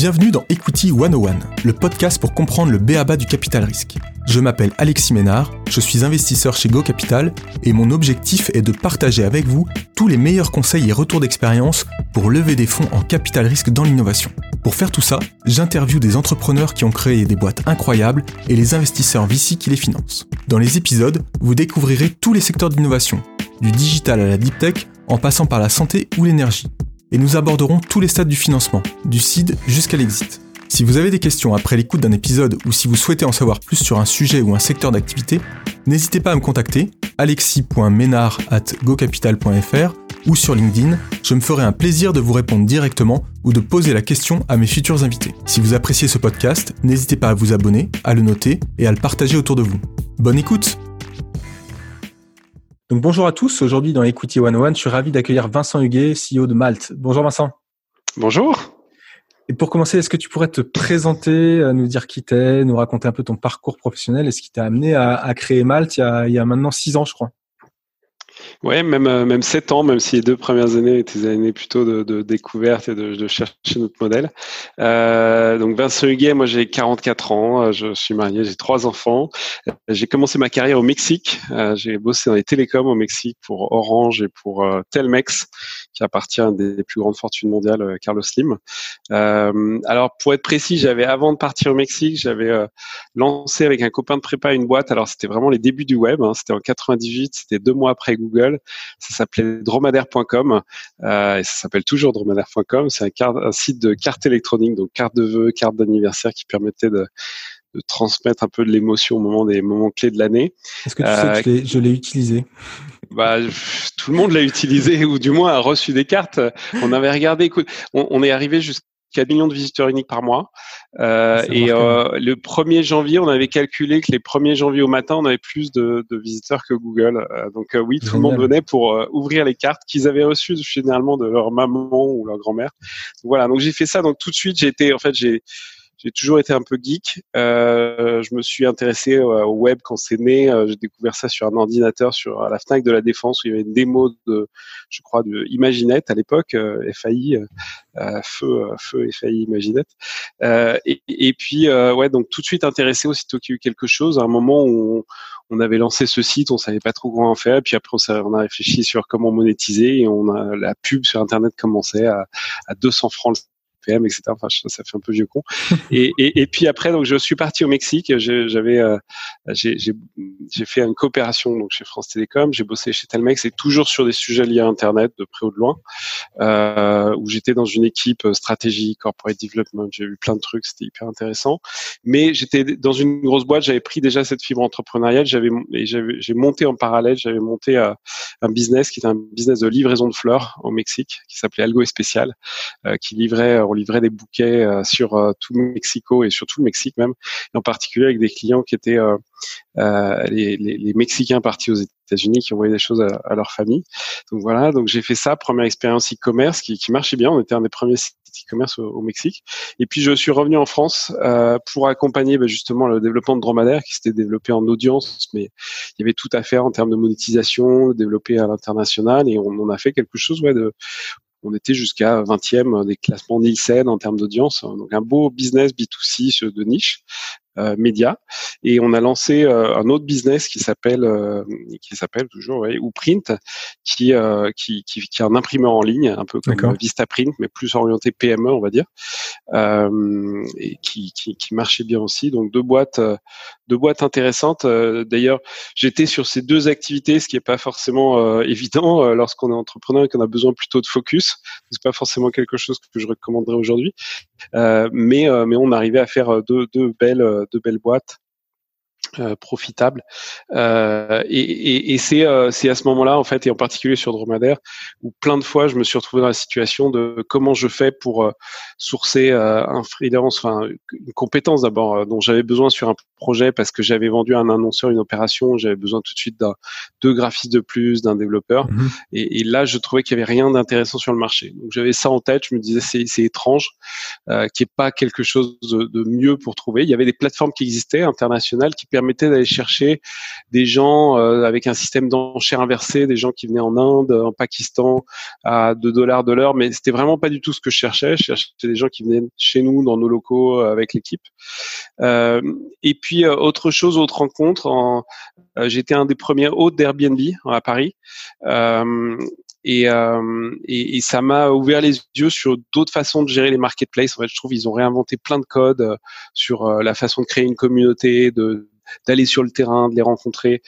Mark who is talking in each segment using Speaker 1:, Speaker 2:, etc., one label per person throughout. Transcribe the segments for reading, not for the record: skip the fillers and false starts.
Speaker 1: Bienvenue dans Equity 101, le podcast pour comprendre le b.a.-ba du capital risque. Je m'appelle Alexis Ménard, je suis investisseur chez Go Capital et mon objectif est de partager avec vous tous les meilleurs conseils et retours d'expérience pour lever des fonds en capital risque dans l'innovation. Pour faire tout ça, j'interviewe des entrepreneurs qui ont créé des boîtes incroyables et les investisseurs VC qui les financent. Dans les épisodes, vous découvrirez tous les secteurs d'innovation, du digital à la deep tech, en passant par la santé ou l'énergie. Et nous aborderons tous les stades du financement, du seed jusqu'à l'exit. Si vous avez des questions après l'écoute d'un épisode ou si vous souhaitez en savoir plus sur un sujet ou un secteur d'activité, n'hésitez pas à me contacter, alexis.menard@gocapital.fr ou sur LinkedIn, je me ferai un plaisir de vous répondre directement ou de poser la question à mes futurs invités. Si vous appréciez ce podcast, n'hésitez pas à vous abonner, à le noter et à le partager autour de vous. Bonne écoute! Donc bonjour à tous, aujourd'hui dans Equity 101, je suis ravi d'accueillir Vincent Huguet, CEO de Malte. Bonjour Vincent.
Speaker 2: Bonjour.
Speaker 1: Et pour commencer, est-ce que tu pourrais te présenter, nous dire qui t'es, nous raconter un peu ton parcours professionnel et ce qui t'a amené à créer Malte il y a maintenant 6 ans je crois.
Speaker 2: Ouais, même 7 ans, même si les 2 premières années étaient des années plutôt de découverte et de chercher notre modèle. Donc Vincent Huguet, moi j'ai 44 ans, je suis marié, j'ai 3 enfants. J'ai commencé ma carrière au Mexique. J'ai bossé dans les télécoms au Mexique pour Orange et pour Telmex, qui appartient à une des plus grandes fortunes mondiales, Carlos Slim. Alors pour être précis, avant de partir au Mexique, j'avais lancé avec un copain de prépa une boîte. Alors c'était vraiment les débuts du web, c'était en 98, c'était 2 mois après Google. Ça s'appelait dromadaire.com et ça s'appelle toujours dromadaire.com. C'est un site de cartes électroniques, donc cartes de vœux, cartes d'anniversaire qui permettait de transmettre un peu de l'émotion au moment des moments clés de l'annannée.
Speaker 1: Est-ce que tu sais que je l'ai utilisé?
Speaker 2: Tout le monde l'a utilisé ou du moins a reçu des cartes. On avait regardé, écoute, on est arrivé jusqu'à 4 millions de visiteurs uniques par mois. Le 1er janvier, on avait calculé que les 1er janvier au matin, on avait plus de visiteurs que Google. Oui, tout le monde venait pour ouvrir les cartes qu'ils avaient reçues généralement de leur maman ou leur grand-mère. Voilà, donc j'ai fait ça. Donc tout de suite, j'ai toujours été un peu geek. Je me suis intéressé au web quand c'est né. J'ai découvert ça sur un ordinateur à la Fnac de la Défense où il y avait une démo de Imaginet à l'époque, FAI, feu FAI Imaginet. Donc tout de suite intéressé aussitôt qu'il y a eu quelque chose. À un moment où on avait lancé ce site, on savait pas trop comment en faire. Puis après, on a réfléchi sur comment monétiser et la pub sur Internet commençait à 200 francs le PM, etc. Enfin, ça fait un peu vieux con. Et puis après, donc je suis parti au Mexique. J'ai fait une coopération donc chez France Télécom. J'ai bossé chez Telmex et toujours sur des sujets liés à Internet de près ou de loin. Où j'étais dans une équipe stratégie, corporate development. J'ai vu plein de trucs, c'était hyper intéressant. Mais j'étais dans une grosse boîte. J'avais pris déjà cette fibre entrepreneuriale. J'ai monté en parallèle. J'avais monté un business qui était un business de livraison de fleurs au Mexique, qui s'appelait Algo Especial, on livrait des bouquets sur tout Mexico et sur tout le Mexique même, et en particulier avec des clients qui étaient les Mexicains partis aux États-Unis qui envoyaient des choses à leur famille. Donc voilà, donc j'ai fait ça, première expérience e-commerce qui marchait bien. On était un des premiers sites e-commerce au Mexique. Et puis je suis revenu en France pour accompagner justement le développement de Dromadaire qui s'était développé en audience, mais il y avait tout à faire en termes de monétisation, développé à l'international, et on a fait quelque chose on était jusqu'à 20e des classements Nielsen en termes d'audience, donc un beau business B2C de niche, média. Et on a lancé un autre business qui s'appelle toujours Uprint, qui est un imprimeur en ligne, un peu comme Vistaprint, mais plus orienté PME, on va dire, et qui marchait bien aussi. Donc deux boîtes intéressantes. D'ailleurs, j'étais sur ces 2 activités, ce qui est pas forcément évident lorsqu'on est entrepreneur et qu'on a besoin plutôt de focus. C'est pas forcément quelque chose que je recommanderais aujourd'hui, mais on arrivait à faire deux belles boîtes profitables, et c'est à ce moment-là en fait, et en particulier sur Dromadaire, où plein de fois je me suis retrouvé dans la situation de comment je fais pour sourcer un freelance, enfin une compétence d'abord dont j'avais besoin sur un projet parce que j'avais vendu à un annonceur une opération, j'avais besoin tout de suite deux graphistes de plus, d'un développeur. Et là, je trouvais qu'il y avait rien d'intéressant sur le marché. Donc j'avais ça en tête, je me disais c'est étrange, qu'il n'y ait pas quelque chose de mieux pour trouver. Il y avait des plateformes qui existaient, internationales, qui permettaient d'aller chercher des gens avec un système d'enchères inversé, des gens qui venaient en Inde, en Pakistan, à $2 de l'heure, mais c'était vraiment pas du tout ce que je cherchais. Je cherchais des gens qui venaient chez nous, dans nos locaux, avec l'équipe. Et puis autre rencontre, j'étais un des premiers hôtes d'Airbnb à Paris. Et ça m'a ouvert les yeux sur d'autres façons de gérer les marketplaces. En fait, je trouve ils ont réinventé plein de codes sur la façon de créer une communauté, d'aller sur le terrain, de les rencontrer,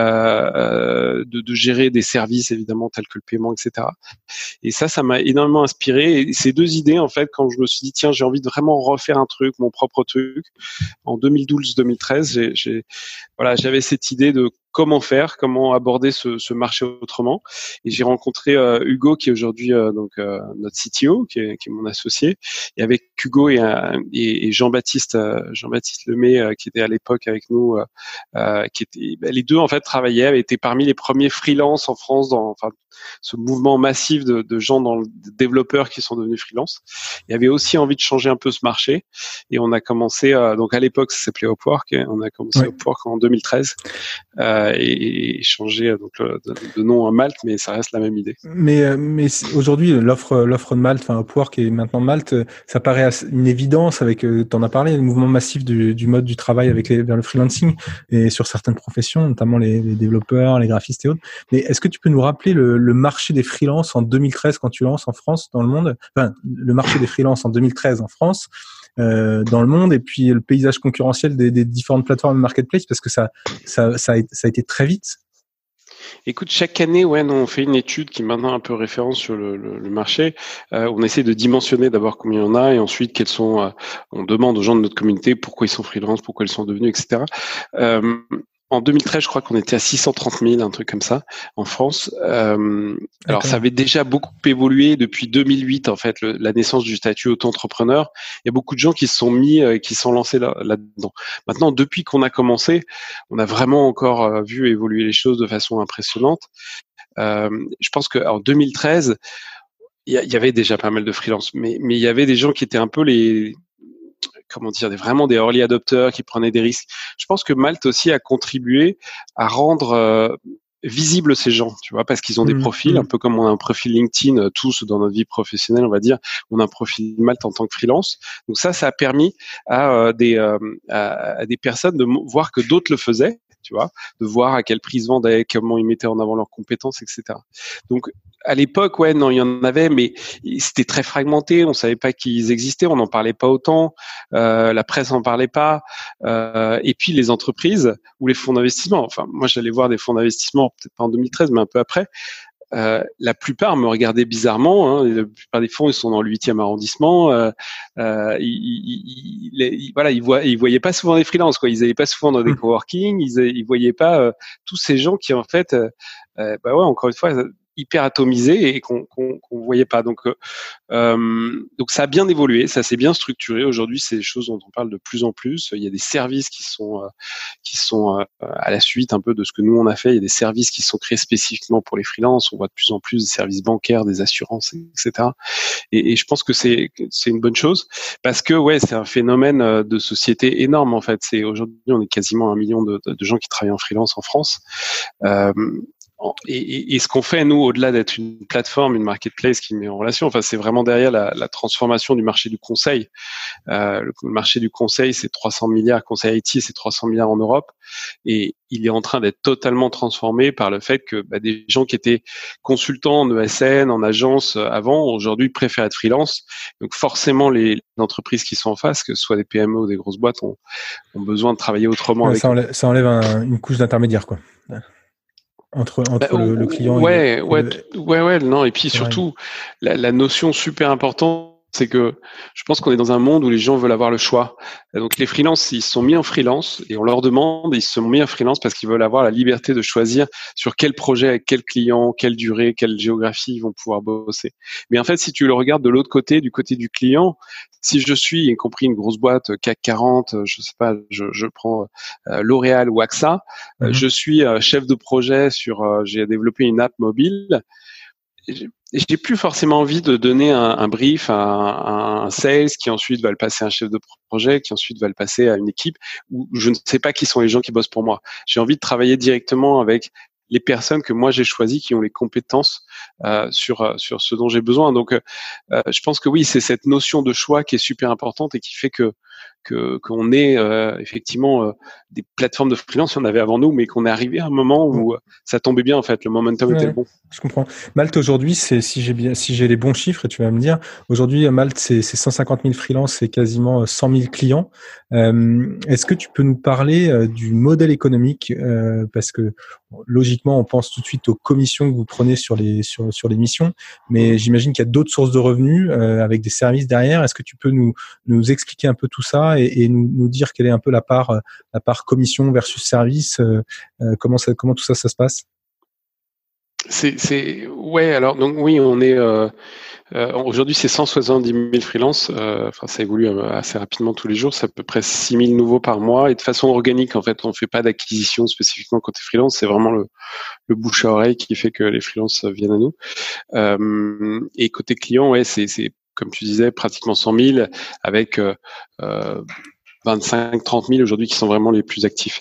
Speaker 2: de gérer des services évidemment tels que le paiement, etc. Et ça m'a énormément inspiré. Et ces deux idées, en fait, quand je me suis dit tiens, j'ai envie de vraiment refaire un truc, mon propre truc, en 2012-2013, j'avais cette idée de comment aborder ce marché autrement. Et j'ai rencontré Hugo, qui est aujourd'hui notre CTO, qui est mon associé. Et avec Hugo et Jean-Baptiste Lemay, qui était à l'époque avec nous, les deux en fait avaient été parmi les premiers freelances en France dans ce mouvement massif de gens développeurs qui sont devenus freelance. Il avait aussi envie de changer un peu ce marché. Et on a commencé, donc à l'époque ça s'appelait Upwork, et on a commencé Upwork en 2013. Et changer de nom à Malte, mais ça reste la même idée.
Speaker 1: Mais aujourd'hui, l'offre de Malte, enfin Upwork et maintenant Malte, ça paraît une évidence avec, t'en as parlé, le mouvement massif du mode du travail vers le freelancing et sur certaines professions, notamment les développeurs, les graphistes et autres. Mais est-ce que tu peux nous rappeler le marché des freelances en 2013 quand tu lances en France, dans le monde, enfin le marché des freelances en 2013 en France? Dans le monde, et puis le paysage concurrentiel des différentes plateformes de marketplace, parce que ça a été très vite.
Speaker 2: Écoute, chaque année, on fait une étude qui est maintenant un peu référence sur le marché. On essaie de dimensionner d'abord combien il y en a, et ensuite on demande aux gens de notre communauté pourquoi ils sont freelance, pourquoi ils sont devenus, etc. En 2013, je crois qu'on était à 630 000, un truc comme ça, en France. Alors, ça avait déjà beaucoup évolué depuis 2008, en fait, la naissance du statut auto-entrepreneur. Il y a beaucoup de gens qui se sont lancés là-dedans. Maintenant, depuis qu'on a commencé, on a vraiment encore vu évoluer les choses de façon impressionnante. Je pense qu'en 2013, il y avait déjà pas mal de freelance, mais il y avait des gens qui étaient un peu vraiment des early adopters qui prenaient des risques. Je pense que Malte aussi a contribué à rendre visibles ces gens, tu vois, parce qu'ils ont des profils, un peu comme on a un profil LinkedIn, tous dans notre vie professionnelle, on va dire, on a un profil Malte en tant que freelance. Donc ça a permis à des personnes de voir que d'autres le faisaient, tu vois, de voir à quel prix ils vendaient, comment ils mettaient en avant leurs compétences, etc. Donc, à l'époque, il y en avait, mais c'était très fragmenté. On savait pas qu'ils existaient, on n'en parlait pas autant. La presse n'en parlait pas. Et puis les entreprises ou les fonds d'investissement. Enfin, moi, j'allais voir des fonds d'investissement, peut-être pas en 2013, mais un peu après. La plupart me regardaient bizarrement. La plupart des fonds, ils sont dans le 8e arrondissement. Ils voyaient pas souvent des freelances, quoi. Ils allaient pas souvent dans des coworking. Ils voyaient pas tous ces gens qui, en fait, encore une fois, hyper atomisés et qu'on voyait pas. Donc ça a bien évolué, ça s'est bien structuré. Aujourd'hui, c'est des choses dont on parle de plus en plus. Il y a des services qui sont à la suite un peu de ce que nous on a fait. Il y a des services qui sont créés spécifiquement pour les freelances. On voit de plus en plus des services bancaires, des assurances, etc. Et je pense que c'est une bonne chose parce que c'est un phénomène de société énorme en fait. Aujourd'hui, on est quasiment 1 million de gens qui travaillent en freelance en France. Et ce qu'on fait, nous, au-delà d'être une plateforme, une marketplace qui met en relation, c'est vraiment derrière la transformation du marché du conseil. Le marché du conseil, c'est 300 milliards, conseil IT, c'est 300 milliards en Europe. Et il est en train d'être totalement transformé par le fait que des gens qui étaient consultants en ESN, en agence avant, aujourd'hui préfèrent être freelance. Donc forcément, les entreprises qui sont en face, que ce soit des PME ou des grosses boîtes, ont besoin de travailler autrement.
Speaker 1: Ça enlève une couche d'intermédiaire, quoi. Entre le client
Speaker 2: non, et puis surtout la notion super importante c'est que je pense qu'on est dans un monde où les gens veulent avoir le choix. Et donc les freelances, ils se sont mis en freelance et on leur demande, ils se sont mis en freelance parce qu'ils veulent avoir la liberté de choisir sur quel projet, avec quel client, quelle durée, quelle géographie ils vont pouvoir bosser. Mais en fait, si tu le regardes de l'autre côté, du côté du client, si je suis, y compris une grosse boîte CAC 40, je sais pas, je prends L'Oréal ou AXA, je suis chef de projet j'ai développé une app mobile. J'ai plus forcément envie de donner un brief à un sales qui ensuite va le passer à un chef de projet, qui ensuite va le passer à une équipe où je ne sais pas qui sont les gens qui bossent pour moi. J'ai envie de travailler directement avec les personnes que moi j'ai choisies, qui ont les compétences sur ce dont j'ai besoin. Donc, je pense que oui, c'est cette notion de choix qui est super importante et qui fait qu'on est effectivement des plateformes de freelance, il y en avait avant nous, mais qu'on est arrivé à un moment où ça tombait bien en fait, le momentum était le bon.
Speaker 1: Je comprends. Malte aujourd'hui, si j'ai les bons chiffres, et tu vas me dire, aujourd'hui Malte c'est 150 000 freelances et quasiment 100 000 clients. Est-ce que tu peux nous parler du modèle économique, parce que logiquement on pense tout de suite aux commissions que vous prenez sur les missions, mais j'imagine qu'il y a d'autres sources de revenus avec des services derrière. Est-ce que tu peux nous expliquer un peu tout ça et nous dire quelle est un peu la part commission versus service, comment tout ça se passe?
Speaker 2: Ouais, alors donc oui, on est aujourd'hui c'est 170 000 freelances, ça évolue assez rapidement tous les jours, c'est à peu près 6 000 nouveaux par mois et de façon organique en fait, on fait pas d'acquisition spécifiquement côté freelance, c'est vraiment le bouche à oreille qui fait que les freelances viennent à nous. Et côté client, ouais, c'est comme tu disais pratiquement 100 000 avec 25-30 000 aujourd'hui qui sont vraiment les plus actifs.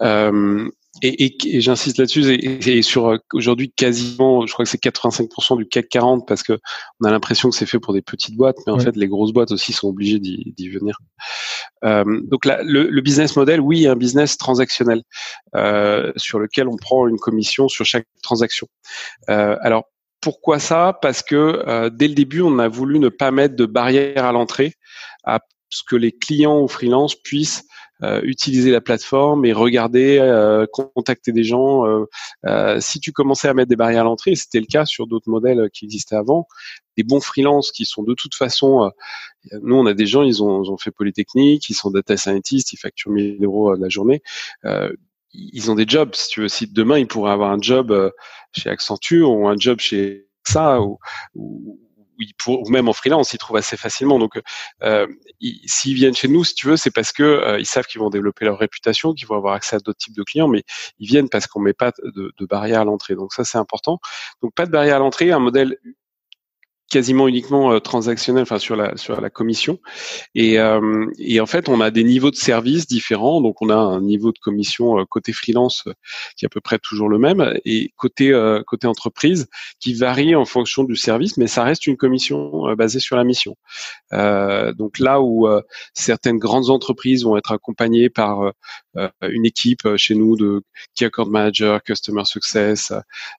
Speaker 2: Et j'insiste là-dessus, et sur aujourd'hui quasiment, je crois que c'est 85% du CAC 40 parce que on a l'impression que c'est fait pour des petites boîtes, mais en fait les grosses boîtes aussi sont obligées d'y venir. Donc là, le business model, oui, un business transactionnel sur lequel on prend une commission sur chaque transaction. Alors pourquoi ça? Parce que dès le début, on a voulu ne pas mettre de barrière à l'entrée, à ce que les clients ou freelance puissent utiliser la plateforme et regarder, contacter des gens. Si tu commençais à mettre des barrières à l'entrée, c'était le cas sur d'autres modèles qui existaient avant, des bons freelances qui sont de toute façon, nous on a des gens, ils ont fait Polytechnique, ils sont data scientists, ils facturent 1 000 € la journée. Ils ont des jobs, si tu veux. Si demain ils pourraient avoir un job chez Accenture ou un job chez ça ou même en freelance, ils trouvent assez facilement. Donc, s'ils viennent chez nous, si tu veux, c'est parce que ils savent qu'ils vont développer leur réputation, qu'ils vont avoir accès à d'autres types de clients, mais ils viennent parce qu'on met pas de barrière à l'entrée. Donc ça, c'est important. Donc pas de barrière à l'entrée, un modèle quasiment uniquement transactionnel, enfin sur la commission. Et en fait, on a des niveaux de services différents. Donc, on a un niveau de commission côté freelance qui est à peu près toujours le même, et côté entreprise qui varie en fonction du service, mais ça reste une commission basée sur la mission. Donc là où certaines grandes entreprises vont être accompagnées par une équipe chez nous de Key Account Manager, Customer Success,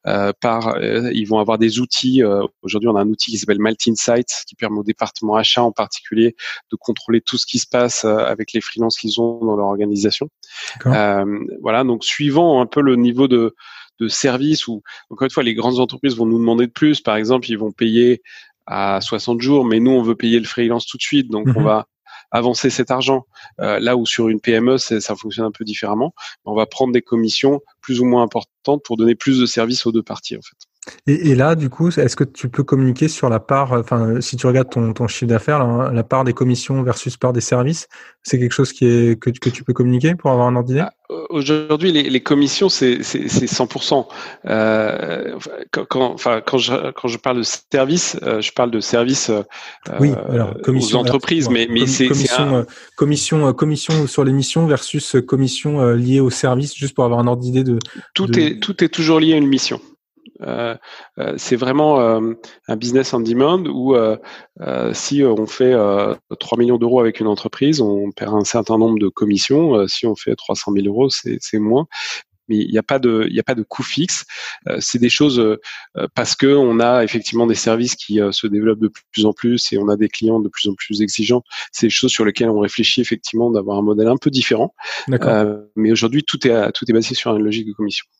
Speaker 2: ils vont avoir des outils. Aujourd'hui, on a un outil qui s'appelle Malte Insights qui permet au département achat en particulier de contrôler tout ce qui se passe avec les freelances qu'ils ont dans leur organisation. Voilà, donc suivant un peu le niveau de service, ou encore une fois, les grandes entreprises vont nous demander de plus. Par exemple, ils vont payer à 60 jours, mais nous, on veut payer le freelance tout de suite, donc on va avancer cet argent. Là où sur une PME, ça fonctionne un peu différemment. On va prendre des commissions plus ou moins importantes pour donner plus de services aux deux parties, en fait.
Speaker 1: Et là, du coup, est-ce que tu peux communiquer sur la part, enfin, si tu regardes ton chiffre d'affaires, là, la part des commissions versus part des services, c'est quelque chose que tu peux communiquer pour avoir un ordre d'idée?
Speaker 2: Aujourd'hui, les commissions, c'est 100%. Quand je parle de service, je parle de service aux entreprises, mais c'est
Speaker 1: commission sur l'émission versus commission liée au service, juste pour avoir un ordre d'idée de.
Speaker 2: Tout est toujours lié à une mission. C'est vraiment un business on demand où si on fait 3 millions d'euros avec une entreprise, on perd un certain nombre de commissions. Si on fait 300 000 euros, c'est moins. Mais il n'y a pas de coût fixe. C'est des choses parce que on a effectivement des services qui se développent de plus en plus et on a des clients de plus en plus exigeants. C'est des choses sur lesquelles on réfléchit effectivement d'avoir un modèle un peu différent. Mais aujourd'hui, tout est basé sur une logique de commission.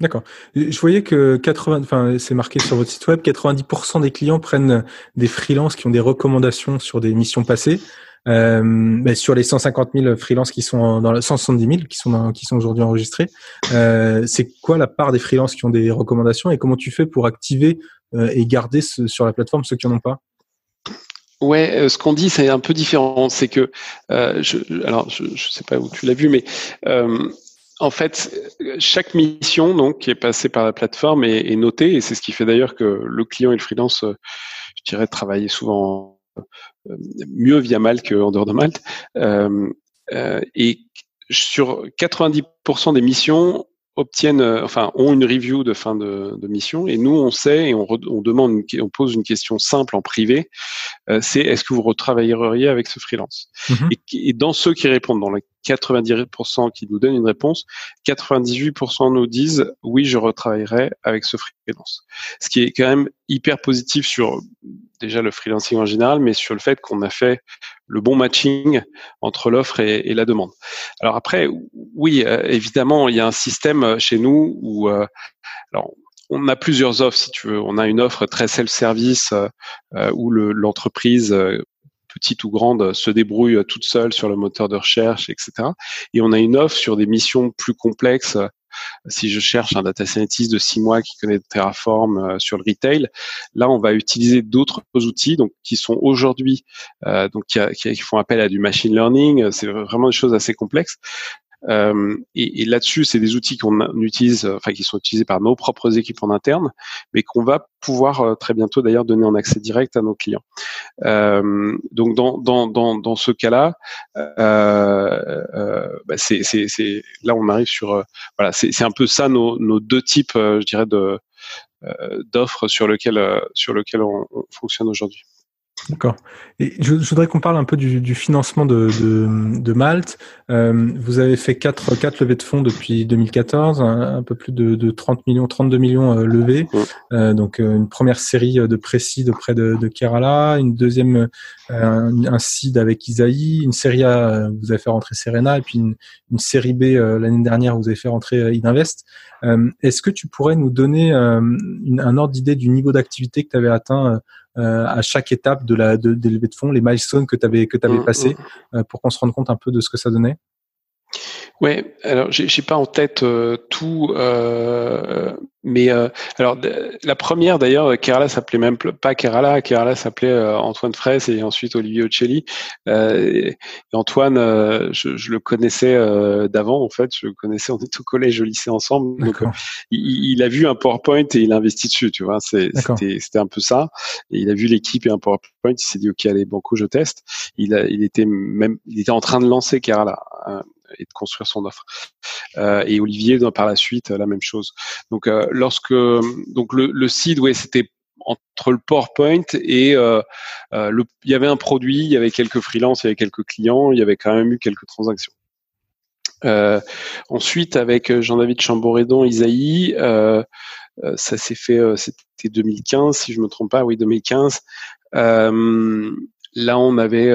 Speaker 1: D'accord. Je voyais que c'est marqué sur votre site web, 90% des clients prennent des freelances qui ont des recommandations sur des missions passées. Mais sur les 150 000 freelances qui sont dans 170 000 qui sont aujourd'hui enregistrés, c'est quoi la part des freelances qui ont des recommandations et comment tu fais pour activer et garder sur la plateforme ceux qui en ont pas?
Speaker 2: Ouais, ce qu'on dit, c'est un peu différent. C'est que, je sais pas où tu l'as vu, mais en fait, chaque mission donc qui est passée par la plateforme est notée, et c'est ce qui fait d'ailleurs que le client et le freelance, je dirais, travaillent souvent mieux via Malte qu'en dehors de Malte. Et sur 90% des missions ont une review de fin de mission, et nous on sait et on pose une question simple en privé, c'est est-ce que vous retravailleriez avec ce freelance? Et dans ceux qui répondent, dans les 90% qui nous donnent une réponse, 98% nous disent oui, je retravaillerai avec ce freelance. Ce qui est quand même hyper positif sur déjà le freelancing en général, mais sur le fait qu'on a fait le bon matching entre l'offre et la demande. Alors après, oui, évidemment, il y a un système chez nous où alors on a plusieurs offres, si tu veux. On a une offre très self-service où l'entreprise, petite ou grande, se débrouille toute seule sur le moteur de recherche, etc. Et on a une offre sur des missions plus complexes. Si je cherche un data scientist de 6 mois qui connaît Terraform sur le retail, là on va utiliser d'autres outils donc qui sont aujourd'hui qui font appel à du machine learning. C'est vraiment des choses assez complexes. Et là-dessus, c'est des outils qu'on utilise, qui sont utilisés par nos propres équipes en interne, mais qu'on va pouvoir très bientôt d'ailleurs donner en accès direct à nos clients. Donc dans ce cas-là, c'est là on arrive sur c'est un peu ça nos deux types, je dirais, d'offres sur lequel on fonctionne aujourd'hui.
Speaker 1: D'accord. Et je voudrais qu'on parle un peu du financement de Malte. Vous avez fait 4 levées de fonds depuis 2014, un peu plus de 32 millions levés. Donc une première série de précis auprès de Kerala, une deuxième un seed avec Isaïe, une série A, vous avez fait rentrer Serena, et puis une série B l'année dernière, vous avez fait rentrer Idinvest. Est-ce que tu pourrais nous donner un ordre d'idée du niveau d'activité que tu avais atteint à chaque étape des levées de fonds, les milestones que tu avais passés, pour qu'on se rende compte un peu de ce que ça donnait?
Speaker 2: Ouais, alors j'ai pas en tête tout, mais alors la première d'ailleurs, Kerala s'appelait même pas Kerala s'appelait Antoine Fraisse et ensuite Olivier Ocelli. Et Antoine, je le connaissais d'avant en fait, je le connaissais, on était au collège, au lycée ensemble. Donc il a vu un PowerPoint et il a investi dessus, tu vois. C'était un peu ça. Et il a vu l'équipe et un PowerPoint, il s'est dit ok, allez banco, je teste. Il était en train de lancer Kerala. Et de construire son offre. Et Olivier, par la suite, la même chose. Donc, le seed, ouais, c'était entre le PowerPoint et il y avait un produit, il y avait quelques freelances, il y avait quelques clients, il y avait quand même eu quelques transactions. Ensuite, avec Jean-David Chamboredon, Isaïe, ça s'est fait, c'était 2015, si je me trompe pas, oui, 2015. Là, on avait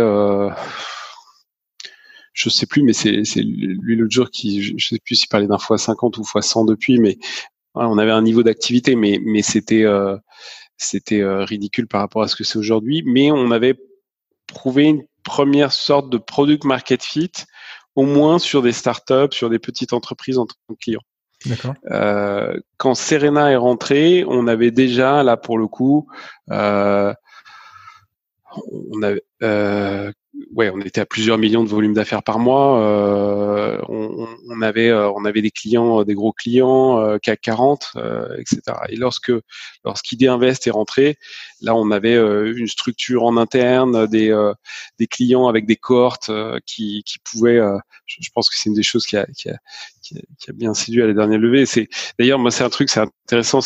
Speaker 2: je sais plus, mais c'est lui l'autre jour qui, je sais plus s'il parlait d'un x50 ou x100 depuis, mais voilà, on avait un niveau d'activité, mais c'était ridicule par rapport à ce que c'est aujourd'hui. Mais on avait prouvé une première sorte de product market fit, au moins sur des startups, sur des petites entreprises en tant que clients.
Speaker 1: D'accord.
Speaker 2: Quand Serena est rentré, on avait déjà là pour le coup, on avait on était à plusieurs millions de volumes d'affaires par mois. On avait des clients, des gros clients, CAC 40, etc. Et lorsqu'Idinvest est rentré, là, on avait une structure en interne, des clients avec des cohortes qui pouvaient. Je pense que c'est une des choses qui a bien séduit à la dernière levée. D'ailleurs, moi, c'est un truc, c'est intéressant.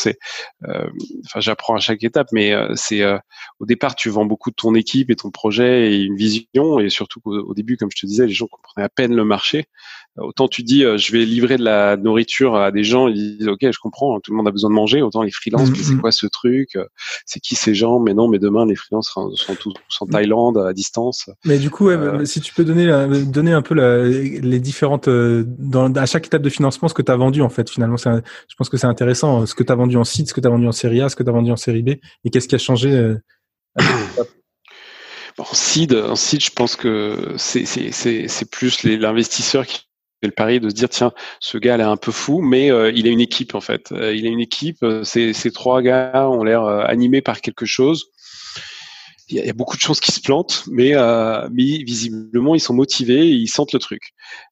Speaker 2: j'apprends à chaque étape, mais au départ, tu vends beaucoup de ton équipe et ton projet et une vision, et surtout qu'au début, comme je te disais, les gens comprenaient à peine le marché. Autant tu dis, je vais livrer de la nourriture à des gens, ils disent, ok, je comprends, tout le monde a besoin de manger. Autant les freelances, mais c'est quoi ce truc? C'est qui ces gens? Mais non, mais demain, les freelances sont tous en Thaïlande, à distance.
Speaker 1: Mais du coup, si tu peux donner un peu les différentes, à chaque étape de financement, ce que tu as vendu, en fait, finalement, je pense que c'est intéressant, ce que tu as vendu en seed, ce que tu as vendu en série A, ce que tu as vendu en série B, et qu'est-ce qui a changé
Speaker 2: En seed, je pense que c'est plus l'investisseur qui fait le pari de se dire, tiens, ce gars là est un peu fou, mais il a une équipe en fait. Il a une équipe. Ces trois gars ont l'air animés par quelque chose. Il y a beaucoup de choses qui se plantent, mais visiblement ils sont motivés, et ils sentent le truc.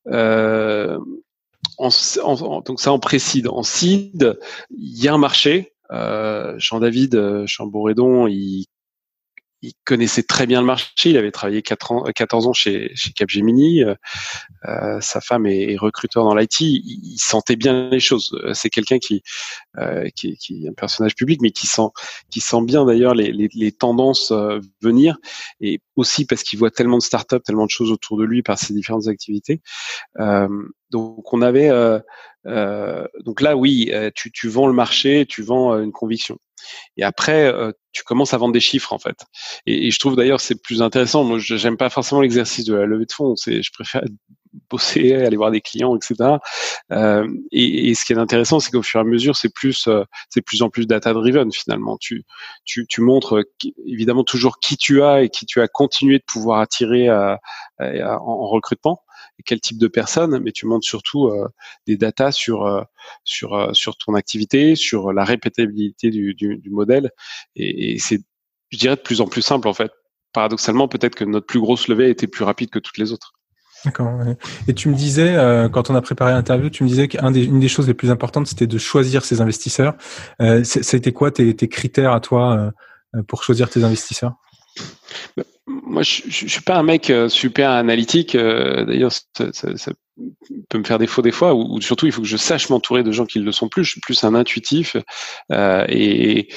Speaker 2: Donc ça en pré-seed. En seed, il y a un marché. Jean-David Chamboredon, il connaissait très bien le marché. Il avait travaillé 14 ans chez Capgemini. Sa femme est recruteur dans l'IT. Il sentait bien les choses. C'est quelqu'un qui est un personnage public, mais qui sent bien d'ailleurs les tendances venir, et aussi parce qu'il voit tellement de startups, tellement de choses autour de lui par ses différentes activités. Donc on avait donc là oui, tu vends le marché, tu vends une conviction. Et après, tu commences à vendre des chiffres en fait. Et je trouve d'ailleurs c'est plus intéressant. Moi, j'aime pas forcément l'exercice de la levée de fonds. Je préfère bosser, aller voir des clients, etc. Et ce qui est intéressant, c'est qu'au fur et à mesure, c'est de plus en plus data driven finalement. Tu montres évidemment toujours qui tu as et qui tu as continué de pouvoir attirer en recrutement, et quel type de personnes, mais tu montres surtout des datas sur ton activité, sur la répétabilité du modèle, et c'est, je dirais, de plus en plus simple en fait. Paradoxalement, peut-être que notre plus grosse levée était plus rapide que toutes les autres.
Speaker 1: D'accord. Ouais. Et tu me disais, quand on a préparé l'interview, tu me disais qu'une des choses les plus importantes, c'était de choisir ses investisseurs. C'était quoi tes critères à toi pour choisir tes investisseurs?
Speaker 2: Moi, je suis pas un mec super analytique. D'ailleurs, ça peut me faire défaut des fois. Ou surtout, il faut que je sache m'entourer de gens qui le sont plus. Je suis plus un intuitif, et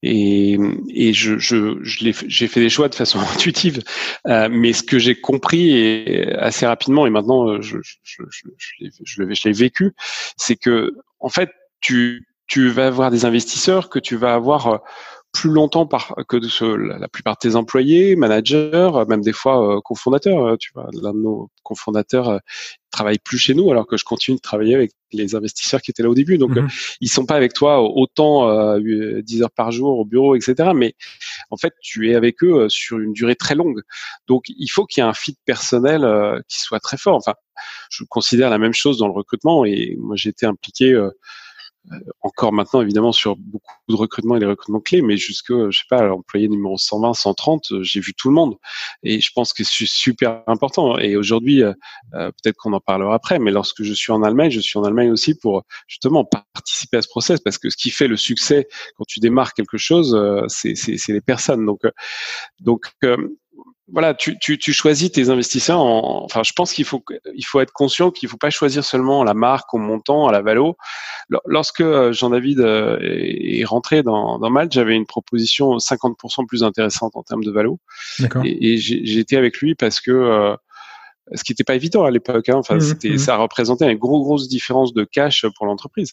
Speaker 2: j'ai fait des choix de façon intuitive. Mais ce que j'ai compris assez rapidement, et maintenant je l'ai vécu, c'est que en fait, tu vas avoir des investisseurs que tu vas avoir plus longtemps que la plupart de tes employés, managers, même des fois cofondateurs. Tu vois, l'un de nos cofondateurs travaille plus chez nous, alors que je continue de travailler avec les investisseurs qui étaient là au début. Donc, ils sont pas avec toi autant 10 heures par jour au bureau, etc. Mais en fait, tu es avec eux sur une durée très longue. Donc, il faut qu'il y ait un fit personnel qui soit très fort. Enfin, je considère la même chose dans le recrutement, et moi, j'ai été impliqué encore maintenant évidemment sur beaucoup de recrutements et les recrutements clés, mais jusque, je sais pas, l'employé numéro 120, 130, j'ai vu tout le monde, et je pense que c'est super important. Et aujourd'hui, peut-être qu'on en parlera après, mais lorsque je suis en Allemagne aussi pour justement participer à ce process, parce que ce qui fait le succès quand tu démarres quelque chose, c'est les personnes. Donc voilà, tu choisis tes investisseurs. Enfin, je pense qu'il faut être conscient qu'il faut pas choisir seulement la marque au montant, à la valo. Lorsque Jean-David est rentré dans Malte, j'avais une proposition 50% plus intéressante en termes de valo.
Speaker 1: D'accord.
Speaker 2: Et j'ai été avec lui parce que ce qui n'était pas évident à l'époque. Hein. Enfin, ça représentait une grosse différence de cash pour l'entreprise.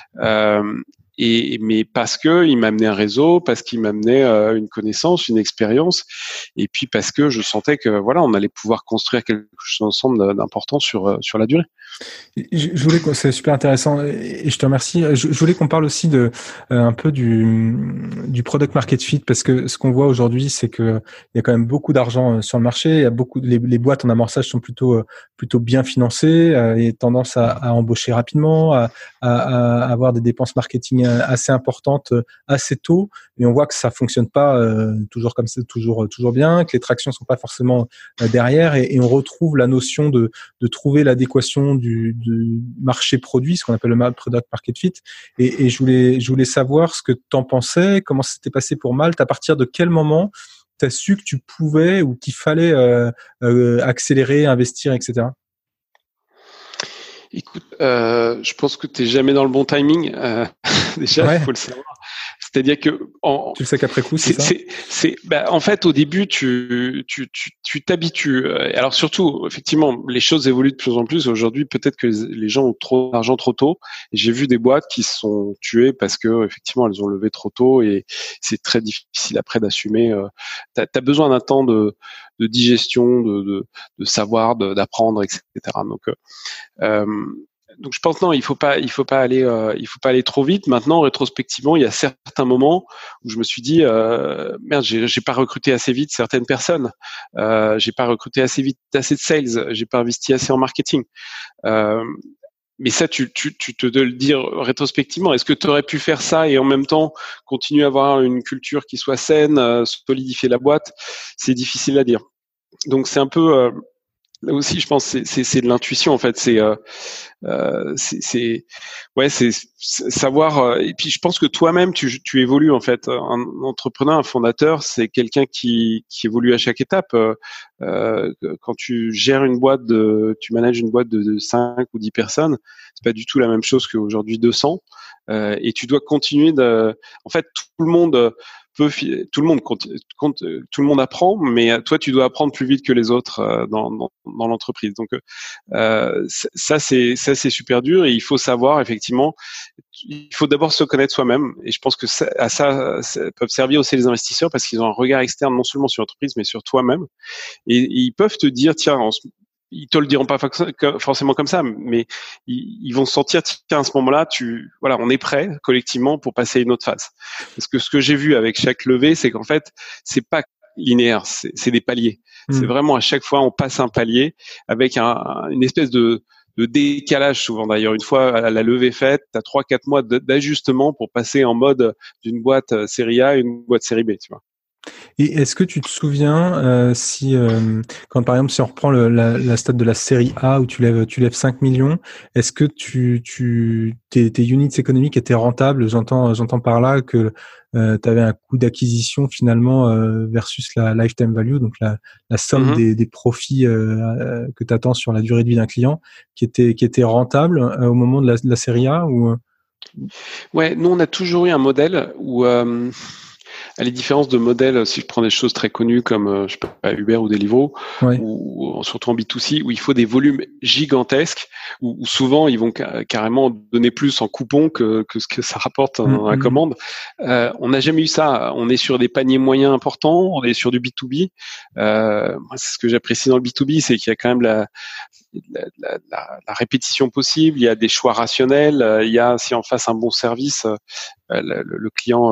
Speaker 2: Mais parce que il m'amenait un réseau, parce qu'il m'amenait une connaissance, une expérience, et puis parce que je sentais que voilà, on allait pouvoir construire quelque chose ensemble d'important sur la durée.
Speaker 1: Je voulais c'est super intéressant et je te remercie. Je voulais qu'on parle aussi de un peu du product market fit, parce que ce qu'on voit aujourd'hui, c'est que il y a quand même beaucoup d'argent sur le marché. Il y a les boîtes en amorçage sont plutôt bien financées, et tendance à embaucher rapidement, à avoir des dépenses marketing assez importantes assez tôt. Et on voit que ça fonctionne pas toujours comme ça, toujours bien, que les tractions sont pas forcément derrière, et on retrouve la notion de trouver l'adéquation du marché produit, ce qu'on appelle le product market fit. Et je voulais savoir ce que tu en pensais, comment c'était passé pour Malte, à partir de quel moment tu as su que tu pouvais ou qu'il fallait accélérer, investir, etc.
Speaker 2: Écoute, je pense que tu n'es jamais dans le bon timing. Déjà, il faut le savoir. C'est-à-dire que
Speaker 1: tu le sais qu'après coup, c'est ça.
Speaker 2: En fait, au début, tu t'habitues. Alors surtout, effectivement, les choses évoluent de plus en plus. Aujourd'hui, peut-être que les gens ont trop d'argent trop tôt. Et j'ai vu des boîtes qui se sont tuées parce que effectivement, elles ont levé trop tôt et c'est très difficile après d'assumer. T'as besoin d'un temps de digestion, de savoir, d'apprendre, etc. Donc je pense non, il faut pas aller trop vite. Maintenant, rétrospectivement, il y a certains moments où je me suis dit merde, j'ai pas recruté assez vite certaines personnes, j'ai pas recruté assez vite assez de sales, j'ai pas investi assez en marketing. Mais ça, tu te dois le dire rétrospectivement. Est-ce que tu aurais pu faire ça et en même temps continuer à avoir une culture qui soit saine, solidifier la boîte? C'est difficile à dire. Donc c'est un peu là aussi, je pense, c'est de l'intuition en fait. C'est savoir. Et puis, je pense que toi-même, tu évolues en fait. Un entrepreneur, un fondateur, c'est quelqu'un qui évolue à chaque étape. Quand tu gères une boîte tu manages une boîte de 5 ou 10 personnes, c'est pas du tout la même chose qu'aujourd'hui 200. Et tu dois continuer en fait, tout le monde tout le monde apprend, mais toi, tu dois apprendre plus vite que les autres dans l'entreprise. Donc ça c'est super dur et il faut savoir effectivement, il faut d'abord se connaître soi-même et je pense que ça peuvent servir aussi les investisseurs parce qu'ils ont un regard externe non seulement sur l'entreprise mais sur toi-même et ils peuvent te dire tiens ils te le diront pas forcément comme ça, mais ils vont se sentir tiens à ce moment-là on est prêt collectivement pour passer à une autre phase. Parce que ce que j'ai vu avec chaque levée, c'est qu'en fait c'est pas linéaire, c'est des paliers. C'est vraiment à chaque fois on passe un palier avec une espèce de décalage souvent d'ailleurs. Une fois la levée faite, tu as 3-4 mois d'ajustement pour passer en mode d'une boîte série A à une boîte série B, tu vois.
Speaker 1: Et est-ce que tu te souviens quand par exemple si on reprend la stade de la série A où tu lèves 5 millions, est-ce que tes units économiques étaient rentables? J'entends par là que tu avais un coût d'acquisition finalement versus la lifetime value, donc la somme des profits que tu attends sur la durée de vie d'un client qui était rentable au moment de la série A ou
Speaker 2: Ouais, nous on a toujours eu un modèle où à la différence de modèles, si je prends des choses très connues comme je sais pas, Uber ou Deliveroo,
Speaker 1: ouais.
Speaker 2: ou surtout en B2C, où il faut des volumes gigantesques, où souvent ils vont carrément donner plus en coupons que ce que ça rapporte dans la commande. On n'a jamais eu ça. On est sur des paniers moyens importants, on est sur du B2B. Moi, c'est ce que j'apprécie dans le B2B, c'est qu'il y a quand même la répétition possible, il y a des choix rationnels, il y a si on face un bon service, le client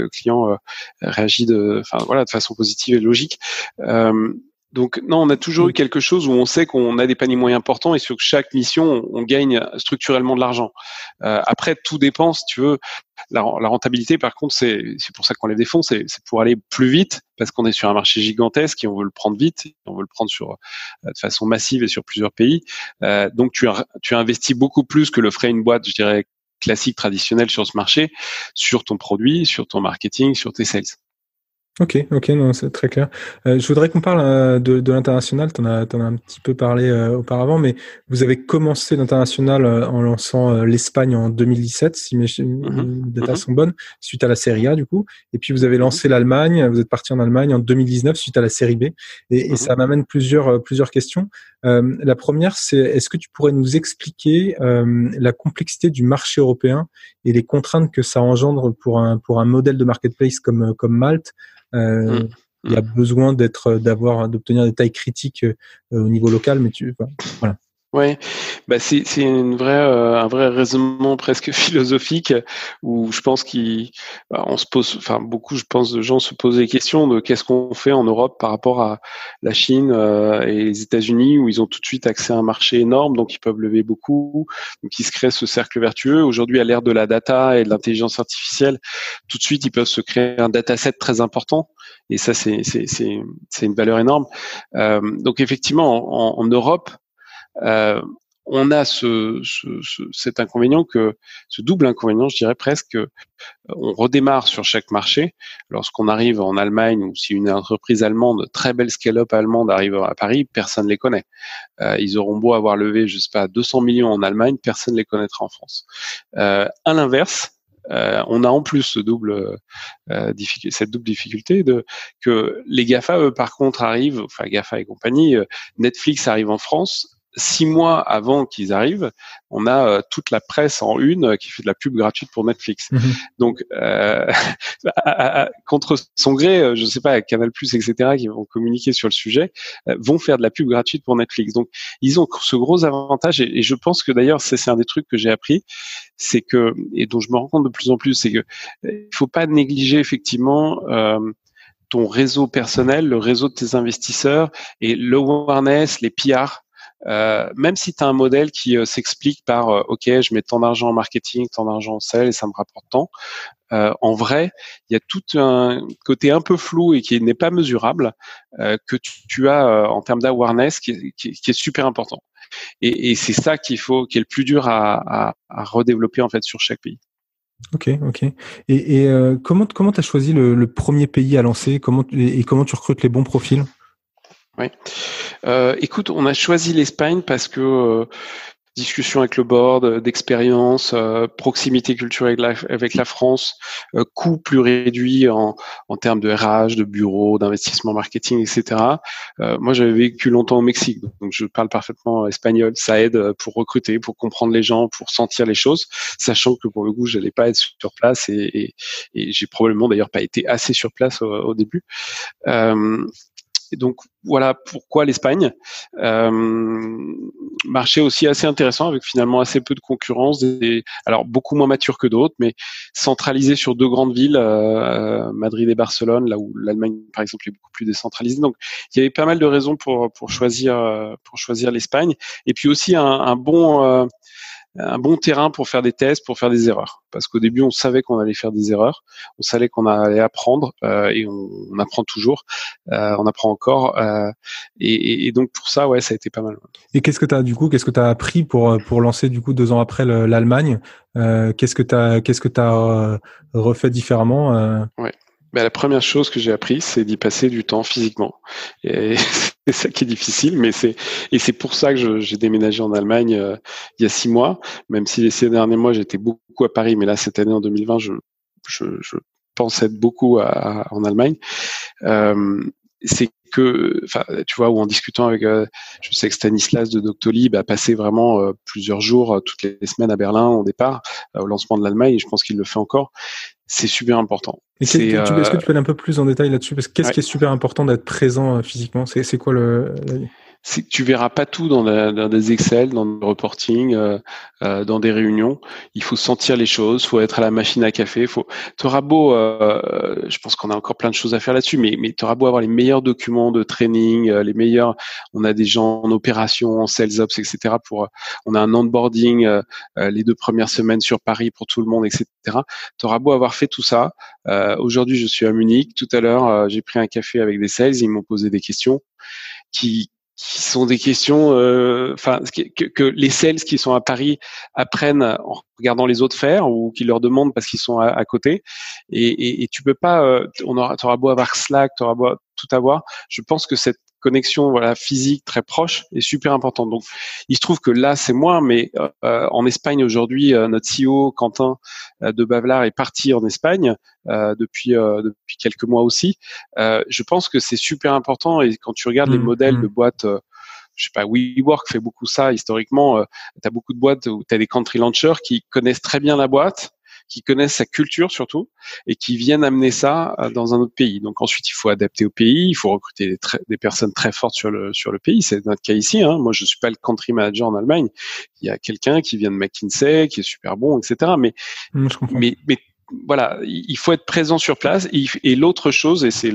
Speaker 2: réagit de façon positive et logique. Donc non, on a toujours eu quelque chose où on sait qu'on a des paniers moyens importants et sur chaque mission, on gagne structurellement de l'argent. Après, tout dépend, si tu veux. La rentabilité, par contre, c'est pour ça qu'on lève des fonds, c'est pour aller plus vite parce qu'on est sur un marché gigantesque et on veut le prendre vite, on veut le prendre de façon massive et sur plusieurs pays. Donc tu as investi beaucoup plus que le ferait une boîte, je dirais, classique, traditionnelle sur ce marché, sur ton produit, sur ton marketing, sur tes sales.
Speaker 1: Ok, non, c'est très clair. Je voudrais qu'on parle de l'international. T'en as un petit peu parlé auparavant, mais vous avez commencé l'international en lançant l'Espagne en 2017, si mes datas sont bonnes, suite à la Série A du coup. Et puis vous avez lancé l'Allemagne. Vous êtes parti en Allemagne en 2019 suite à la Série B. Et ça m'amène plusieurs questions. La première, c'est est-ce que tu pourrais nous expliquer la complexité du marché européen et les contraintes que ça engendre pour un modèle de marketplace comme Malte? Il y a besoin d'obtenir des tailles critiques au niveau local, mais voilà.
Speaker 2: Ouais, c'est un vrai raisonnement presque philosophique où je pense on se pose, beaucoup, je pense, de gens se posent des questions de qu'est-ce qu'on fait en Europe par rapport à la Chine et les États-Unis où ils ont tout de suite accès à un marché énorme, donc ils peuvent lever beaucoup, donc il se crée ce cercle vertueux. Aujourd'hui, à l'ère de la data et de l'intelligence artificielle, tout de suite ils peuvent se créer un dataset très important et ça c'est une valeur énorme. Donc effectivement, en Europe, on a cet inconvénient ce double inconvénient, je dirais presque, on redémarre sur chaque marché. Lorsqu'on arrive en Allemagne ou si une entreprise allemande, très belle scale-up allemande arrive à Paris, personne ne les connaît. Ils auront beau avoir levé, je sais pas, 200 millions en Allemagne, personne ne les connaîtra en France. À l'inverse, on a en plus cette double difficulté que les GAFA, eux, par contre, arrivent, enfin GAFA et compagnie, Netflix arrive en France. 6 mois avant qu'ils arrivent, on a toute la presse en une qui fait de la pub gratuite pour Netflix. Donc, contre son gré, je sais pas, Canal+, etc., qui vont communiquer sur le sujet, vont faire de la pub gratuite pour Netflix. Donc, ils ont ce gros avantage, et je pense que d'ailleurs, c'est un des trucs que j'ai appris, c'est que, et dont je me rends compte de plus en plus, c'est que il faut pas négliger effectivement ton réseau personnel, le réseau de tes investisseurs et le awareness, les PR. Même si tu as un modèle qui s'explique par OK, je mets tant d'argent en marketing, tant d'argent en sales et ça me rapporte tant. En vrai, il y a tout un côté un peu flou et qui n'est pas mesurable que tu as en termes d'awareness qui est super important. Et c'est ça qui est le plus dur à redévelopper en fait sur chaque pays.
Speaker 1: Ok. Et comment tu as choisi le premier pays à lancer, comment tu recrutes les bons profils?
Speaker 2: Oui. Écoute, on a choisi l'Espagne parce que discussion avec le board, d'expérience, proximité culturelle avec la France, coût plus réduit en termes de RH, de bureau, d'investissement marketing, etc. Moi, j'avais vécu longtemps au Mexique, donc je parle parfaitement espagnol. Ça aide pour recruter, pour comprendre les gens, pour sentir les choses, sachant que pour le coup, j'allais pas être sur place et j'ai probablement d'ailleurs pas été assez sur place au début. Et donc voilà pourquoi l'Espagne. Marché aussi assez intéressant avec finalement assez peu de concurrence, alors beaucoup moins mature que d'autres, mais centralisé sur 2 grandes villes, Madrid et Barcelone, là où l'Allemagne par exemple est beaucoup plus décentralisée. Donc il y avait pas mal de raisons pour choisir l'Espagne, et puis aussi un bon terrain pour faire des tests, pour faire des erreurs. Parce qu'au début, on savait qu'on allait faire des erreurs, on savait qu'on allait apprendre, et on apprend toujours, on apprend encore, et donc pour ça, ouais, ça a été pas mal.
Speaker 1: Et qu'est-ce que tu as appris pour lancer du coup 2 ans après l'Allemagne? Qu'est-ce que t'as refait différemment?
Speaker 2: Ouais. La première chose que j'ai appris, c'est d'y passer du temps physiquement. Et c'est ça qui est difficile, mais c'est pour ça que j'ai déménagé en Allemagne il y a 6 mois, même si ces derniers mois j'étais beaucoup à Paris, mais là cette année en 2020, je pense être beaucoup en Allemagne. C'est que, enfin, tu vois, ou en discutant avec, je sais que Stanislas de Doctolib a passé vraiment plusieurs jours, toutes les semaines à Berlin au départ, au lancement de l'Allemagne, et je pense qu'il le fait encore. C'est super important.
Speaker 1: Est-ce que tu peux aller un peu plus en détail là-dessus? Parce que qu'est-ce qui est super important d'être présent physiquement? C'est quoi
Speaker 2: c'est que tu verras pas tout dans des Excel, dans des reporting, dans des réunions. Il faut sentir les choses, faut être à la machine à café. T'auras beau, je pense qu'on a encore plein de choses à faire là-dessus, mais t'auras beau avoir les meilleurs documents de training, les meilleurs. On a des gens en opération, en sales ops, etc. On a un onboarding les 2 premières semaines sur Paris pour tout le monde, etc. T'auras beau avoir fait tout ça. Aujourd'hui, je suis à Munich. Tout à l'heure, j'ai pris un café avec des sales. Ils m'ont posé des questions qui sont des questions, que les sales qui sont à Paris apprennent en regardant les autres faire, ou qui leur demandent parce qu'ils sont à côté. Et tu peux pas, t'auras beau avoir Slack, t'auras beau tout avoir. Je pense que cette connexion, voilà, physique très proche est super importante. Donc, il se trouve que là, c'est moins, mais en Espagne aujourd'hui, notre CEO Quentin de Bavelar est parti en Espagne depuis quelques mois aussi. Je pense que c'est super important, et quand tu regardes les modèles de boîtes, je sais pas, WeWork fait beaucoup ça historiquement. Tu as beaucoup de boîtes où tu as des country launchers qui connaissent très bien la boîte, qui connaissent sa culture surtout, et qui viennent amener ça dans un autre pays. Donc ensuite, il faut adapter au pays, il faut recruter des personnes très fortes sur le pays. C'est notre cas ici. Moi, je suis pas le country manager en Allemagne. Il y a quelqu'un qui vient de McKinsey, qui est super bon, etc. Mais voilà, il faut être présent sur place. Et l'autre chose, et c'est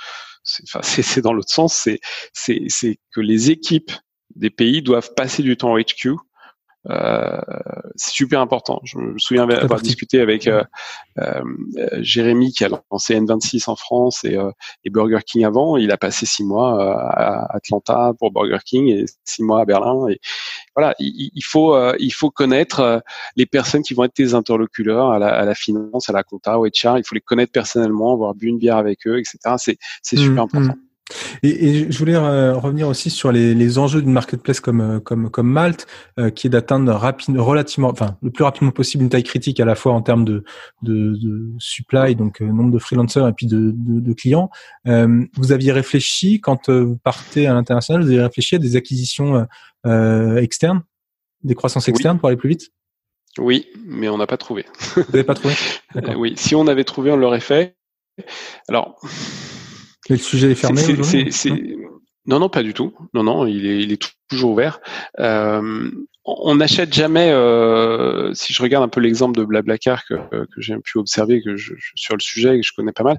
Speaker 2: dans l'autre sens, c'est que les équipes des pays doivent passer du temps au HQ. C'est super important. Je me souviens avoir discuté avec Jérémy qui a lancé N26 en France et Burger King avant. Il a passé 6 mois à Atlanta pour Burger King et 6 mois à Berlin. Et voilà, il faut connaître les personnes qui vont être tes interlocuteurs à la finance, à la compta, au HR. Il faut les connaître personnellement, avoir bu une bière avec eux, etc. C'est super important.
Speaker 1: Et je voulais revenir aussi sur les enjeux d'une marketplace comme Malte, qui est d'atteindre relativement, enfin le plus rapidement possible une taille critique à la fois en termes de supply, donc nombre de freelancers et puis de clients. Vous aviez réfléchi quand vous partez à l'international, vous avez réfléchi à des acquisitions externes, des croissances externes pour aller plus vite?
Speaker 2: Oui, mais on n'a pas trouvé.
Speaker 1: Vous n'avez pas trouvé? D'accord.
Speaker 2: Oui, si on avait trouvé, on l'aurait fait. Alors,
Speaker 1: mais le sujet est fermé aujourd'hui?
Speaker 2: Non, pas du tout. Non, il est toujours ouvert. On n'achète jamais. Si je regarde un peu l'exemple de Blablacar que j'ai pu observer, sur le sujet, que je connais pas mal.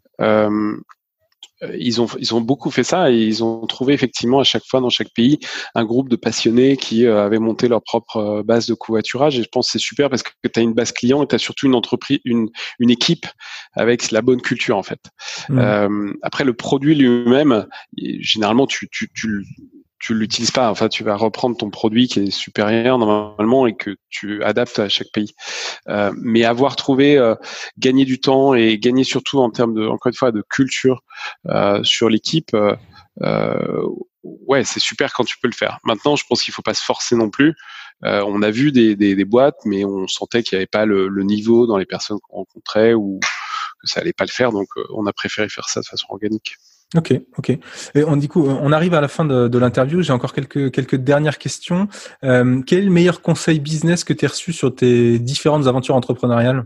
Speaker 2: Ils ont beaucoup fait ça et ils ont trouvé effectivement à chaque fois dans chaque pays un groupe de passionnés qui avaient monté leur propre base de covoiturage, et je pense que c'est super parce que tu as une base client et tu as surtout une entreprise, une équipe avec la bonne culture en fait. Après le produit lui-même, généralement tu l'utilises pas. Enfin, tu vas reprendre ton produit qui est supérieur normalement et que tu adaptes à chaque pays. Mais avoir trouvé, gagner du temps et gagner surtout en termes encore une fois, de culture sur l'équipe, ouais, c'est super quand tu peux le faire. Maintenant, je pense qu'il faut pas se forcer non plus. On a vu des boîtes, mais on sentait qu'il n'y avait pas le niveau dans les personnes qu'on rencontrait ou que ça allait pas le faire. Donc, on a préféré faire ça de façon organique.
Speaker 1: Ok. Et on arrive à la fin de l'interview. J'ai encore quelques dernières questions. Quel est le meilleur conseil business que tu as reçu sur tes différentes aventures entrepreneuriales?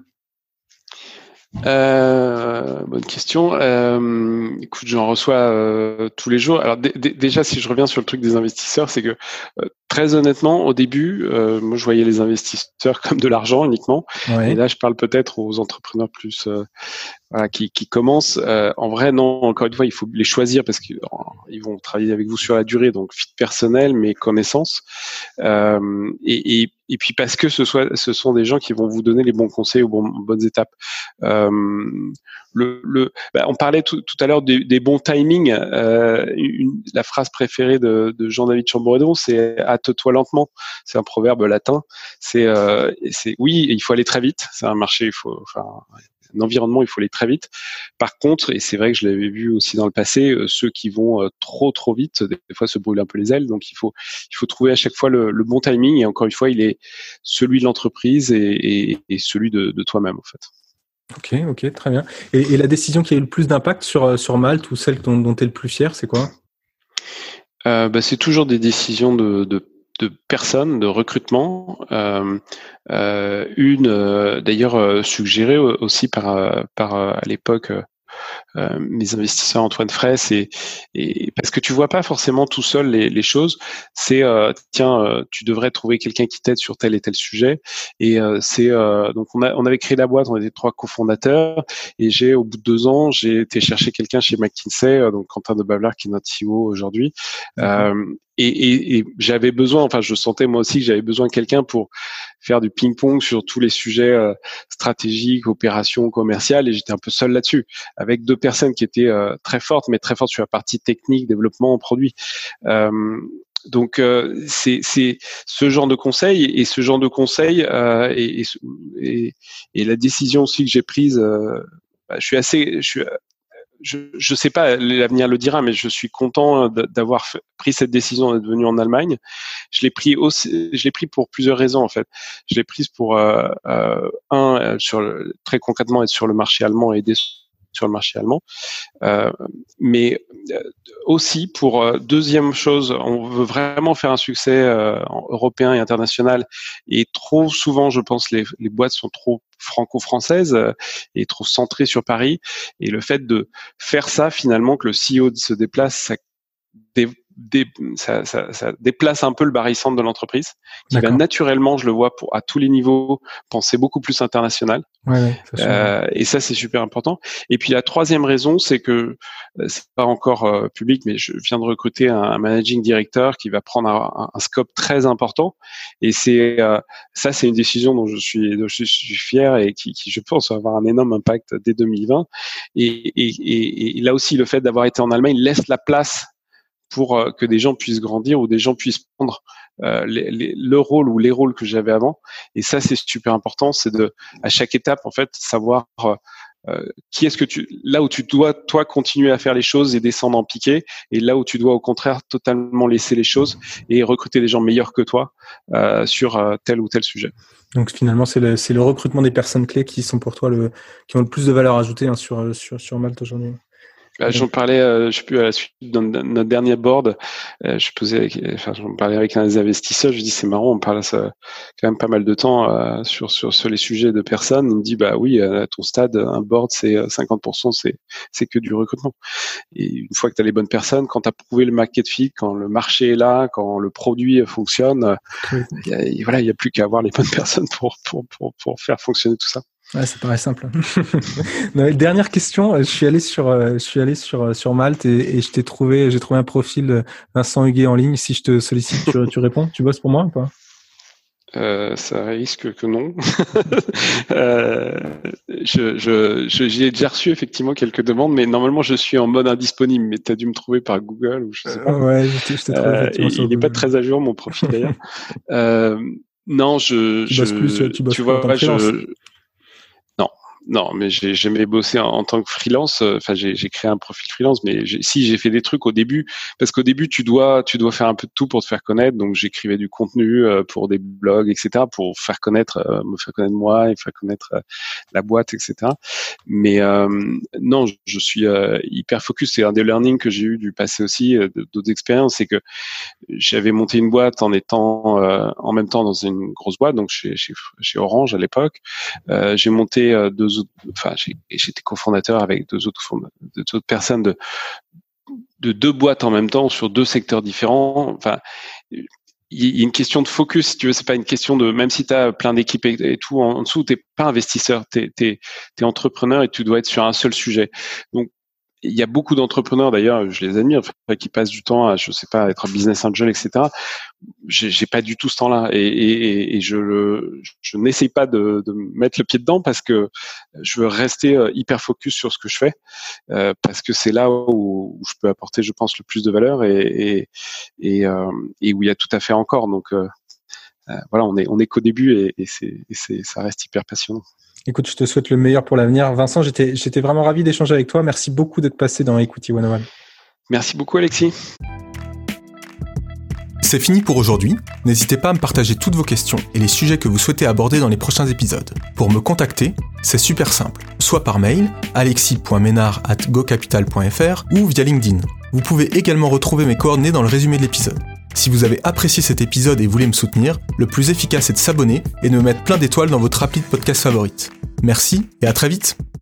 Speaker 2: Bonne question. Écoute, j'en reçois tous les jours. Alors déjà, si je reviens sur le truc des investisseurs, c'est que très honnêtement, au début, moi, je voyais les investisseurs comme de l'argent uniquement.
Speaker 1: Ouais.
Speaker 2: Et là, je parle peut-être aux entrepreneurs plus voilà, qui commencent. En vrai, non. Encore une fois, il faut les choisir parce qu'ils vont travailler avec vous sur la durée, donc fit personnel, mais connaissances. Et puis parce que ce sont des gens qui vont vous donner les bons conseils aux bonnes étapes. On parlait tout à l'heure des bons timings. La phrase préférée de Jean-David Chamboredon, c'est hâte-toi lentement. C'est un proverbe latin. Oui, il faut aller très vite. C'est un marché, un environnement, il faut aller très vite. Par contre, et c'est vrai que je l'avais vu aussi dans le passé, ceux qui vont trop vite, des fois se brûlent un peu les ailes. Donc il faut trouver à chaque fois le bon timing. Et encore une fois, il est celui de l'entreprise et celui de toi-même en fait.
Speaker 1: Ok, très bien. Et la décision qui a eu le plus d'impact sur Malte ou celle dont tu es le plus fier, c'est quoi?
Speaker 2: C'est toujours des décisions de personnes, de recrutement. D'ailleurs suggérée aussi par à l'époque mes investisseurs Antoine Fraisse, et parce que tu vois pas forcément tout seul les choses. C'est tu devrais trouver quelqu'un qui t'aide sur tel et tel sujet. Et donc on avait créé la boîte, on était 3 cofondateurs, et au bout de 2 ans, j'ai été chercher quelqu'un chez McKinsey, donc Quentin de Bavlar qui est notre CEO aujourd'hui. Et j'avais besoin, enfin je sentais moi aussi que j'avais besoin de quelqu'un pour faire du ping-pong sur tous les sujets stratégiques, opérations, commerciales, et j'étais un peu seul là-dessus, avec 2 personnes qui étaient très fortes, mais très fortes sur la partie technique, développement, produit. Donc c'est ce genre de conseil, et ce genre de conseil et la décision aussi que j'ai prise. Je sais pas, l'avenir le dira, mais je suis content d'avoir pris cette décision d'être venu en Allemagne. Je l'ai pris pour plusieurs raisons en fait. Je l'ai prise pour très concrètement être sur le marché allemand et aider sur le marché allemand, mais aussi pour deuxième chose, on veut vraiment faire un succès européen et international, et trop souvent, je pense, les boîtes sont trop franco-françaises et trop centrées sur Paris, et le fait de faire ça, finalement, que le CEO se déplace, ça déplace un peu le barycentre de l'entreprise, qui va naturellement, je le vois, à tous les niveaux, penser beaucoup plus international. Et ça, c'est super important. Et puis la troisième raison, c'est que c'est pas encore public, mais je viens de recruter un managing director qui va prendre un scope très important. Et c'est une décision dont je suis fier, et qui je pense va avoir un énorme impact dès 2020. Et là aussi, le fait d'avoir été en Allemagne laisse la place pour que des gens puissent grandir, ou des gens puissent prendre le rôle ou les rôles que j'avais avant. Et ça, c'est super important. C'est à chaque étape, en fait, savoir qui est-ce que là où tu dois toi continuer à faire les choses et descendre en piqué, et là où tu dois au contraire totalement laisser les choses et recruter des gens meilleurs que toi sur tel ou tel sujet.
Speaker 1: Donc finalement, c'est le recrutement des personnes clés qui sont pour toi qui ont le plus de valeur ajoutée sur Malte aujourd'hui.
Speaker 2: J'en parlais, je sais plus, à la suite de notre dernier board, j'en parlais avec un des investisseurs, je dis c'est marrant, on parle ça quand même pas mal de temps sur les sujets de personnes. Il me dit bah oui, à ton stade, un board c'est 50%, c'est que du recrutement. Et une fois que tu as les bonnes personnes, quand tu as prouvé le market fit, quand le marché est là, quand le produit fonctionne, il y a plus qu'à avoir les bonnes personnes pour faire fonctionner tout ça.
Speaker 1: Ouais, ça paraît simple. Dernière question, je suis allé sur Malte et j'ai trouvé un profil Vincent Huguet en ligne. Si je te sollicite, tu réponds? Tu bosses pour moi ou pas?
Speaker 2: Ça risque que non. J'ai déjà reçu effectivement quelques demandes, mais normalement je suis en mode indisponible. Mais tu as dû me trouver par Google ou je sais pas.
Speaker 1: Ouais, je t'ai trouvé effectivement sur
Speaker 2: il n'est
Speaker 1: Google.
Speaker 2: pas très à jour mon profil d'ailleurs. Non, tu vois, Non, mais j'ai jamais bossé en tant que freelance. Enfin, j'ai créé un profil freelance, mais j'ai fait des trucs au début, parce qu'au début tu dois faire un peu de tout pour te faire connaître. Donc j'écrivais du contenu pour des blogs, etc., pour me faire connaître moi et faire connaître la boîte, etc. Mais non, je suis hyper focus. C'est un des learnings que j'ai eu du passé aussi, d'autres expériences, c'est que j'avais monté une boîte en étant en même temps dans une grosse boîte, donc chez Orange à l'époque. J'ai monté j'étais cofondateur avec deux autres personnes de deux boîtes en même temps sur deux secteurs différents. Enfin, il y a une question de focus, si tu veux. C'est pas une question de, même si tu as plein d'équipes et tout en dessous, t'es pas investisseur, t'es entrepreneur et tu dois être sur un seul sujet. Donc il y a beaucoup d'entrepreneurs, d'ailleurs, je les admire, qui passent du temps à, je sais pas, être business angel, etc. J'ai pas du tout ce temps-là, et je n'essaye pas de mettre le pied dedans, parce que je veux rester hyper focus sur ce que je fais, parce que c'est là où je peux apporter, je pense, le plus de valeur, et où il y a tout à faire encore. Donc voilà, on est qu'au début, et ça reste hyper passionnant.
Speaker 1: Écoute, je te souhaite le meilleur pour l'avenir. Vincent, j'étais vraiment ravi d'échanger avec toi. Merci beaucoup d'être passé dans Equity 101.
Speaker 2: Merci beaucoup, Alexis.
Speaker 1: C'est fini pour aujourd'hui. N'hésitez pas à me partager toutes vos questions et les sujets que vous souhaitez aborder dans les prochains épisodes. Pour me contacter, c'est super simple. Soit par mail, alexis.menard@gocapital.fr, ou via LinkedIn. Vous pouvez également retrouver mes coordonnées dans le résumé de l'épisode. Si vous avez apprécié cet épisode et voulez me soutenir, le plus efficace est de s'abonner et de me mettre plein d'étoiles dans votre appli de podcast favorite. Merci et à très vite.